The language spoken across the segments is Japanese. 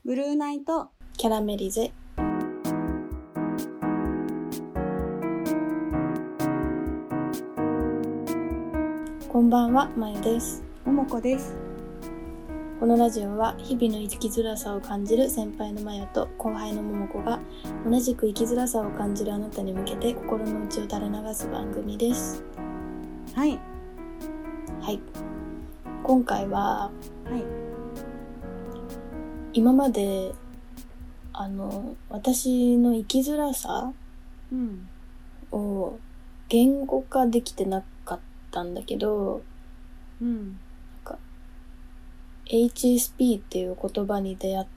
ブルーナイトキャラメリゼ。こんばんは、まゆです。 ももこです。 このラジオは日々の生きづらさを感じる先輩のまゆと後輩のももこが同じく生きづらさを感じるあなたに向けて心の内を垂れ流す番組です。 はい。 はい。今回ははい。 今まで私の生きづらさを言語化できてなかったんだけど、HSP っていう言葉に出会って、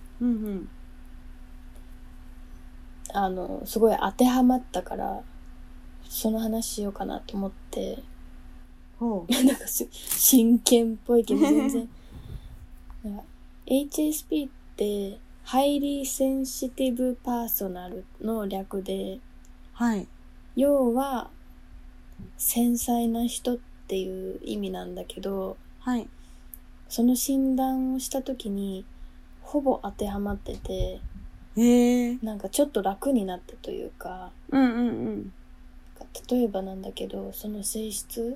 すごい当てはまったから、その話しようかなと思って、なんか真剣っぽいけど全然。なんか HSP って、ハイリーセンシティブパーソナルの略で、 はい。 要は、繊細な人っていう意味なんだけど、 はい。 その診断をした時にほぼ当てはまってて、なんかちょっと楽になったというか、例えばなんだけど、その性質、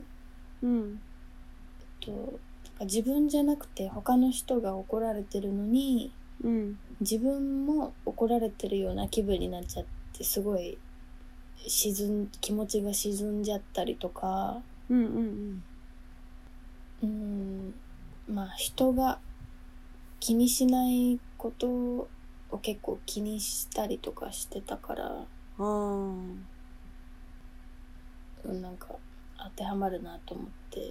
自分じゃなくて他の人が怒られてるのに、自分も怒られてるような気分になっちゃって、すごい気持ちが沈んじゃったりとか、まあ人が気にしないことを結構気にしたりとかしてたから、なんか当てはまるなと思って、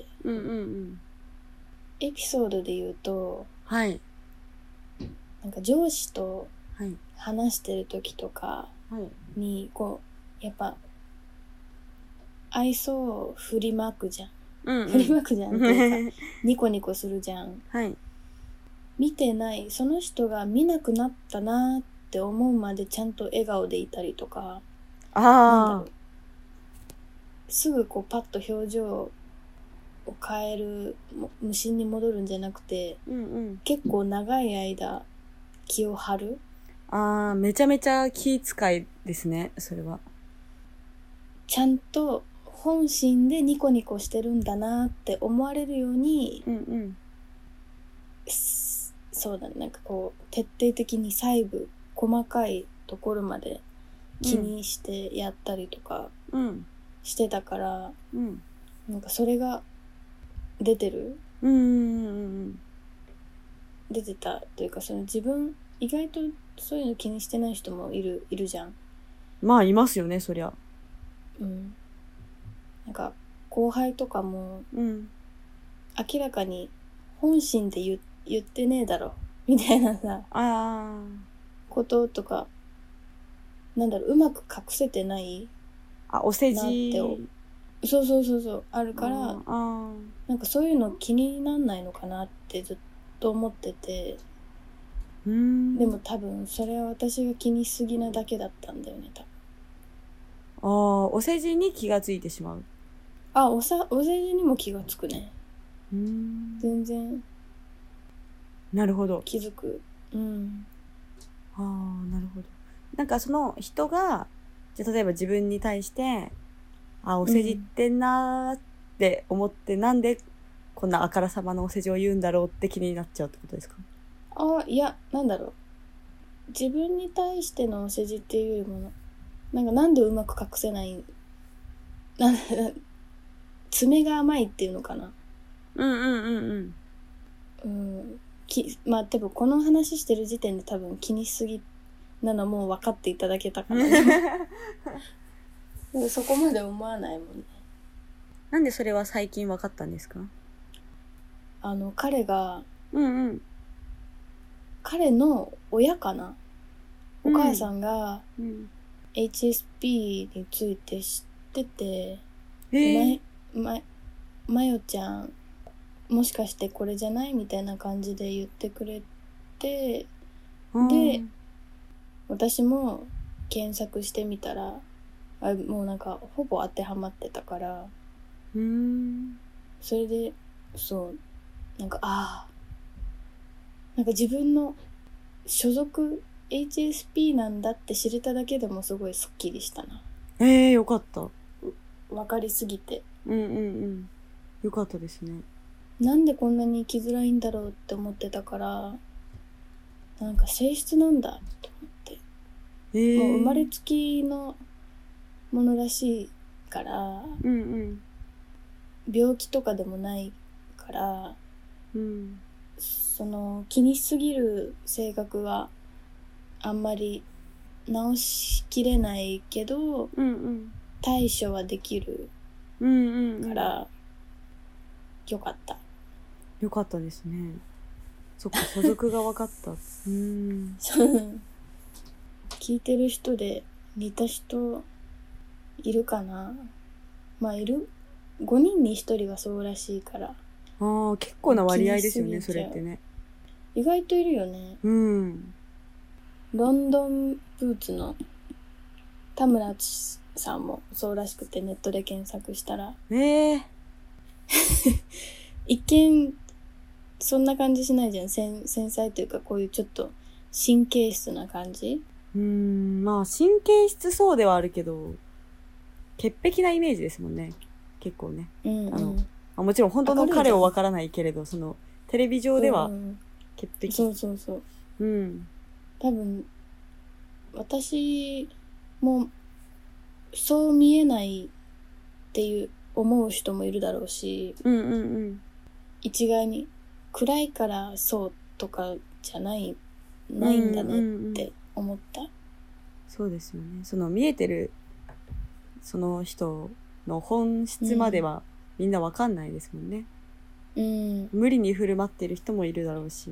エピソードで言うと、 はい。 なんか上司と話してる時とかにこうやっぱ愛想を振りまくじゃん、振りまくじゃんっていうかニコニコするじゃん。見てないその人が見なくなったなって思うまでちゃんと笑顔でいたりとか、なんだろう、すぐこうパッと表情を変える、無心に戻るんじゃなくて、結構長い間気を張る。 めちゃめちゃ気遣いですね、それは。 ちゃんと本心でニコニコしてるんだなって思われるように、そうだね、なんかこう徹底的に細部細かいところまで気にしてやったりとかしてたから、なんかそれが出てる、出てたというか、その自分意外とそういうの気にしてない人もいるじゃん。 まあいますよね、そりゃ。 なんか後輩とかも、明らかに本心で言ってねえだろみたいなさこととか、なんだろう、うまく隠せてないお世辞なってそうあるから、なんかそういうの気になんないのかなってずっと思ってて、でも多分それは私が気にしすぎなだけだったんだよね、多分。 お世辞に気がついてしまう。 お世辞にも気がつくね。全然なるほど、 気づく。 なるほど。なんかその人がじゃあ例えば自分に対してお世辞ってんなーって思って、なんでこんなあからさまのお世辞を言うんだろうって気になっちゃうってことですか？ いや、なんだろう、自分に対してのお世辞っていうよりも、なんでうまく隠せない爪が甘いっていうのかな。まあでもこの話してる時点で多分気にしすぎなのもう分かっていただけたかな。そこまで思わないもんね。 なんでそれは最近分かったんですか？ 彼が、彼の親かな、お母さんが HSP について知ってて、まよちゃんもしかしてこれじゃないみたいな感じで言ってくれて、で私も検索してみたらもうなんかほぼ当てはまってたから、それでなんかなんか自分の所属 HSP なんだって知れただけでもすごいスッキリしたな。 よかった。 わかりすぎて。 よかったですね。 なんでこんなに生きづらいんだろうって思ってたから、なんか性質なんだと思って。もう生まれつきのものらしいから、病気とかでもないから、その気にしすぎる性格はあんまり直しきれないけど、対処はできるから、よかった。 よかったですね。そっか、所属が分かった。 聞いてる人で似た人いるかな。まあいる。5人に1人はそうらしいから。 結構な割合ですよね、それってね。 意外といるよね。ロンドンブーツの田村淳さんもそうらしくて、ネットで検索したら。一見そんな感じしないじゃん。繊細というか、こういうちょっと神経質な感じ。 まあ神経質そうではあるけど、潔癖なイメージですもんね。結構ね。もちろん本当の彼をわからないけれど、そのテレビ上では潔癖。 そう。多分私もそう見えないっていう思う人もいるだろうし、一概に暗いからそうとかじゃないんだねって思った。 そうですよね。その見えてるその人の本質まではみんなわかんないですもんね。無理に振る舞ってる人もいるだろうし。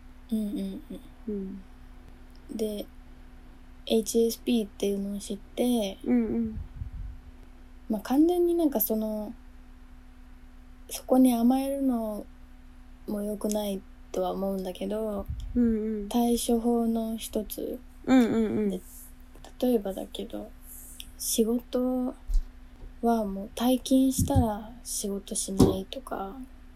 で、HSP っていうのを知って、まあ完全になんかそこに甘えるのも良くないとは思うんだけど、対処法の一つで、例えばだけど、仕事はもう退勤したら仕事しないとか、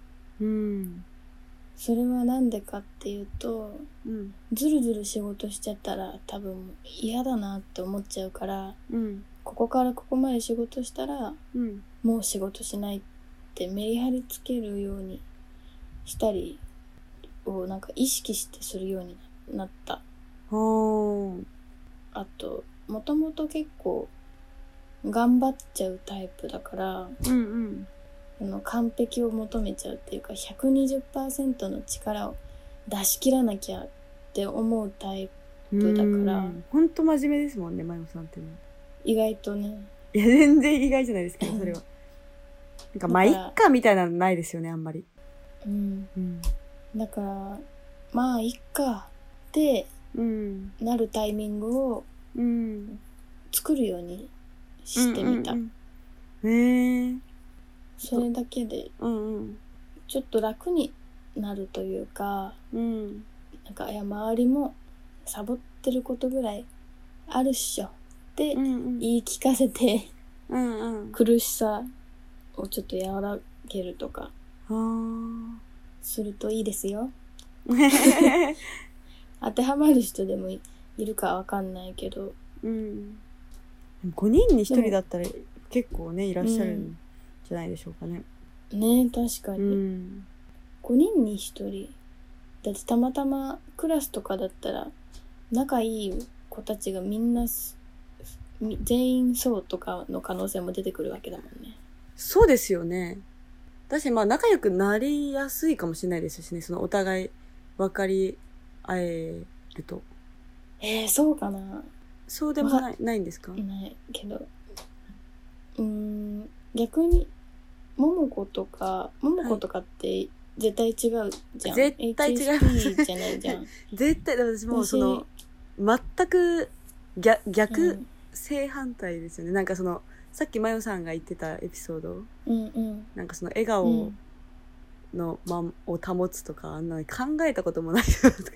それはなんでかっていうと、ずるずる仕事しちゃったら多分嫌だなって思っちゃうから、ここからここまで仕事したら、もう仕事しないってメリハリつけるようにしたりをなんか意識してするようになった。あと、もともと結構頑張っちゃうタイプだから、完璧を求めちゃうっていうか、120% の力を出し切らなきゃって思うタイプだから。 ほんと真面目ですもんね、まよさんってね。 意外とね。 いや、全然意外じゃないですけど、それは。なんか、まあ、いっかみたいなのないですよね、あんまり。 だから、まあ、いっかってなるタイミングを作るようにしてみた。それだけで、ちょっと楽になるというか、なんか、周りもサボってることぐらいあるっしょって言い聞かせて、苦しさをちょっと和らげるとかするといいですよ。当てはまる人でもいるかわかんないけど、 5人に1人だったら結構ねいらっしゃるんじゃないでしょうかね。 ね、確かに、5人に1人だって、たまたまクラスとかだったら仲いい子たちがみんな全員そうとかの可能性も出てくるわけだもんね。 そうですよね。私まあ仲良くなりやすいかもしれないですしね、そのお互い分かり合えると。 そうかな。 そうでもないんですか？ ないけど、逆に桃子とかって絶対違うじゃん。 絶対違う HSP じゃないじゃん。 絶対。私もうその全く逆正反対ですよね。なんかそのさっきまよさんが言ってたエピソード、なんかその笑顔のを保つとか、あんなに考えたこともない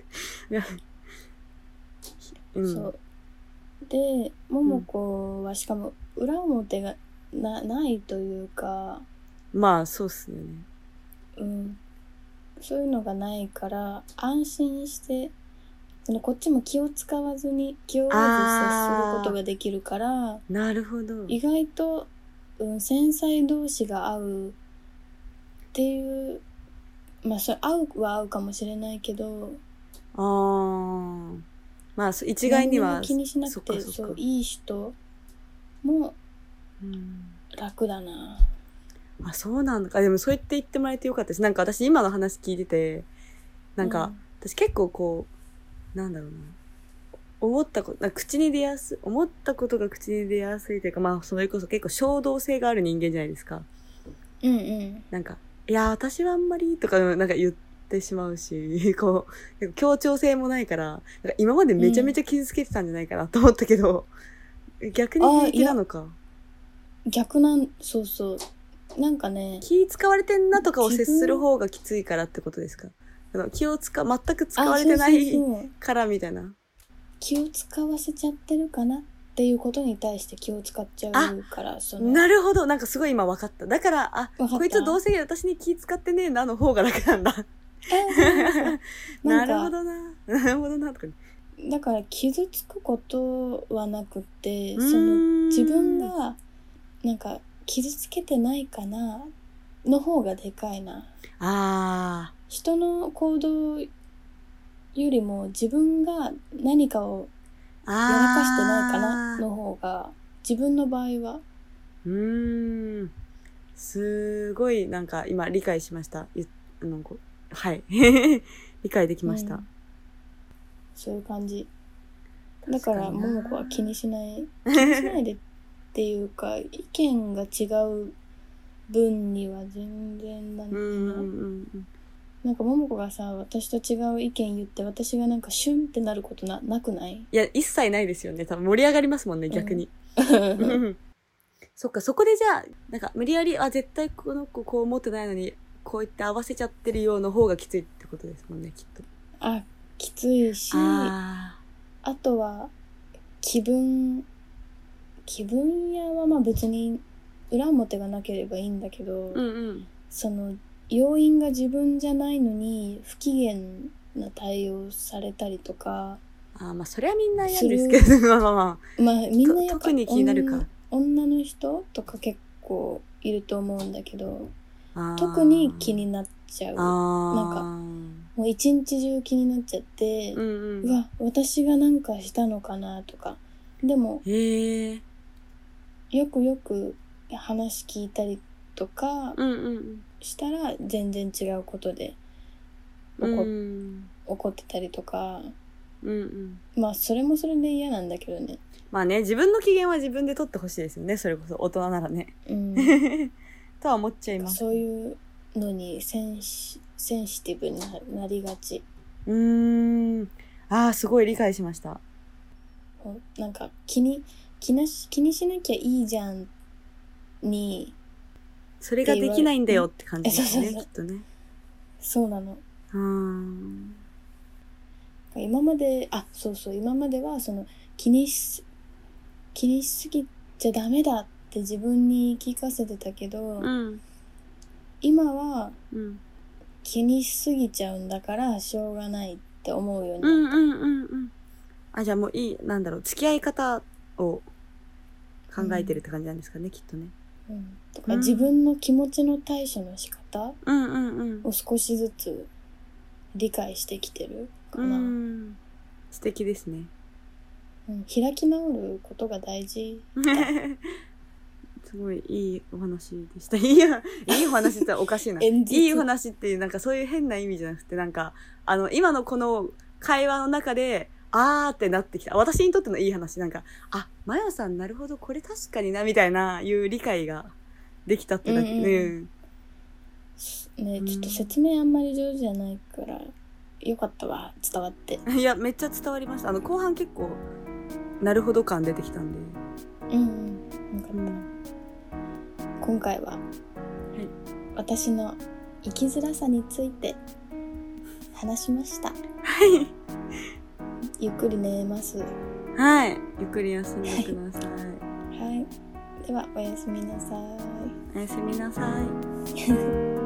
そうで、桃子はしかも裏表がないというか、 まあそうっすよね。 そういうのがないから安心してそのこっちも気を使わずに気負わず接することができるから、 なるほど。 意外と、繊細同士が合うっていう、まあそれ合うは合うかもしれないけど、 まあ一概には気にしなくてそういい人も楽だな。 あ、そうなんだ。でもそう言ってもらえてよかったです。なんか私今の話聞いてて、なんか、私結構こう、なんだろうな。思ったことが口に出やすいというか、まあそれこそ結構衝動性がある人間じゃないですか。 うんうん。 なんか、いや、私はあんまりとかなんか言ってしまうし、こう、協調性もないから、なんか今までめちゃめちゃ傷つけてたんじゃないかなと思ったけど、逆に平気なのか。 そうそう。なんかね。 気使われてんなとかを接する方がきついからってことですか？全く使われてないからみたいな。 気を使わせちゃってるかなっていうことに対して気を使っちゃうから、 なるほど。なんかすごい今分かった。だから、こいつどうせ私に気使ってねえなの方が楽なんだ。なるほどな。なるほどな。とか。 だから傷つくことはなくて、その自分がなんか傷つけてないかなの方がでかいな。人の行動よりも自分が何かをやらかしてないかなの方が、自分の場合は。 すごいなんか今理解しました。はい。理解できました。 そういう感じ。だから桃子は気にしないでっていうか、意見が違う分には全然なんか桃子がさ、私と違う意見言って私がなんかシュンってなることなくない？ いや、一切ないですよね。多分盛り上がりますもんね、逆に。そっか、そこでじゃあ、なんか無理やり、絶対この子こう思ってないのに、こう言って合わせちゃってるような方がきついってことですもんね、きっと。 きついし、あとは、気分屋はまあ別に裏表がなければいいんだけど、その、要因が自分じゃないのに不機嫌な対応されたりとか。 まあそれはみんな嫌ですけど、 まあみんなやっぱ特に気になるか。 女の人とか結構いると思うんだけど、特に気になっちゃう。なんかもう一日中気になっちゃって、うわ、私がなんかしたのかなとか。でもよく話聞いたりとかしたら全然違うことで怒ってたりとか、まあそれもそれで嫌なんだけどね。 まあね、自分の機嫌は自分で取ってほしいですよね。それこそ大人ならね。とは思っちゃいます。 そういうのにセンシティブになりがち。 すごい理解しました。 なんか気にしなきゃいいじゃんに。 それができないんだよって感じですね、きっとね。 そうなの。今まではその気にしすぎちゃダメだって自分に言い聞かせてたけど、今は気にしすぎちゃうんだからしょうがないって思うようになった。 じゃあもう付き合い方を考えてるって感じなんですかね、きっとね。 とか自分の気持ちの対処の仕方を少しずつ理解してきてるかな。 素敵ですね。 開き直ることが大事。 すごいいいお話でした。いいお話っておかしいな。いいお話っていうなんかそういう変な意味じゃなくて、なんか今のこの会話の中でってなってきた。私にとってのいい話、なんかマヤさんなるほどこれ確かになみたいないう理解ができたってだけね。 ちょっと説明あんまり上手じゃないからよかったわ、伝わって。 いやめっちゃ伝わりました。後半結構なるほど感出てきたんで。 よかった。今回は、私の生きづらさについて話しました。ゆっくり寝ます。 ゆっくり休んでください。 ではおやすみなさい。 おやすみなさい。